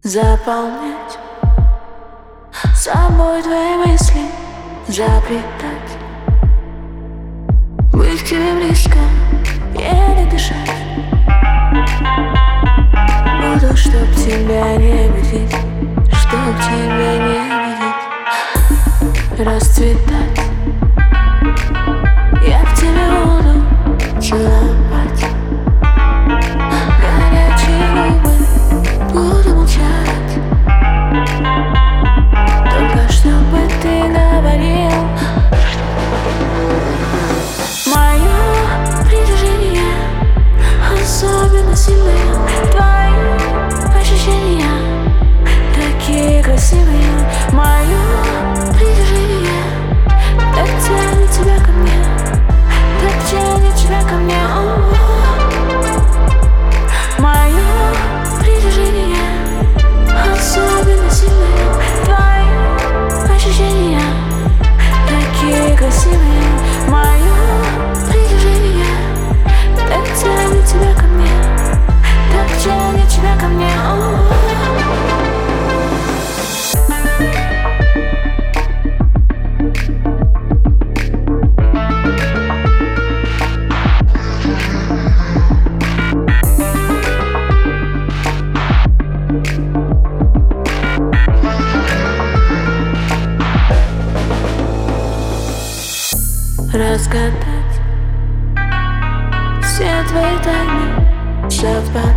заполнять собой твои мысли, заплетать, быть к тебе близко, еле дышать. Буду, чтоб тебя не видеть, чтоб тебя не видеть, расцветать. Я в тебе буду целовать горячие губы, буду молчать, только чтобы ты говорил. Мое притяжение особенно сильное, твои ощущения такие красивые. Мое притяжение так тянет тебя ко мне, так тянет тебя ко мне. Мое притяжение особенно сильное, твои ощущения такие красивые. Мое притяжение так тянет тебя ко мне, так тянет тебя ко мне. Разгадать все твои тайны, совпадать.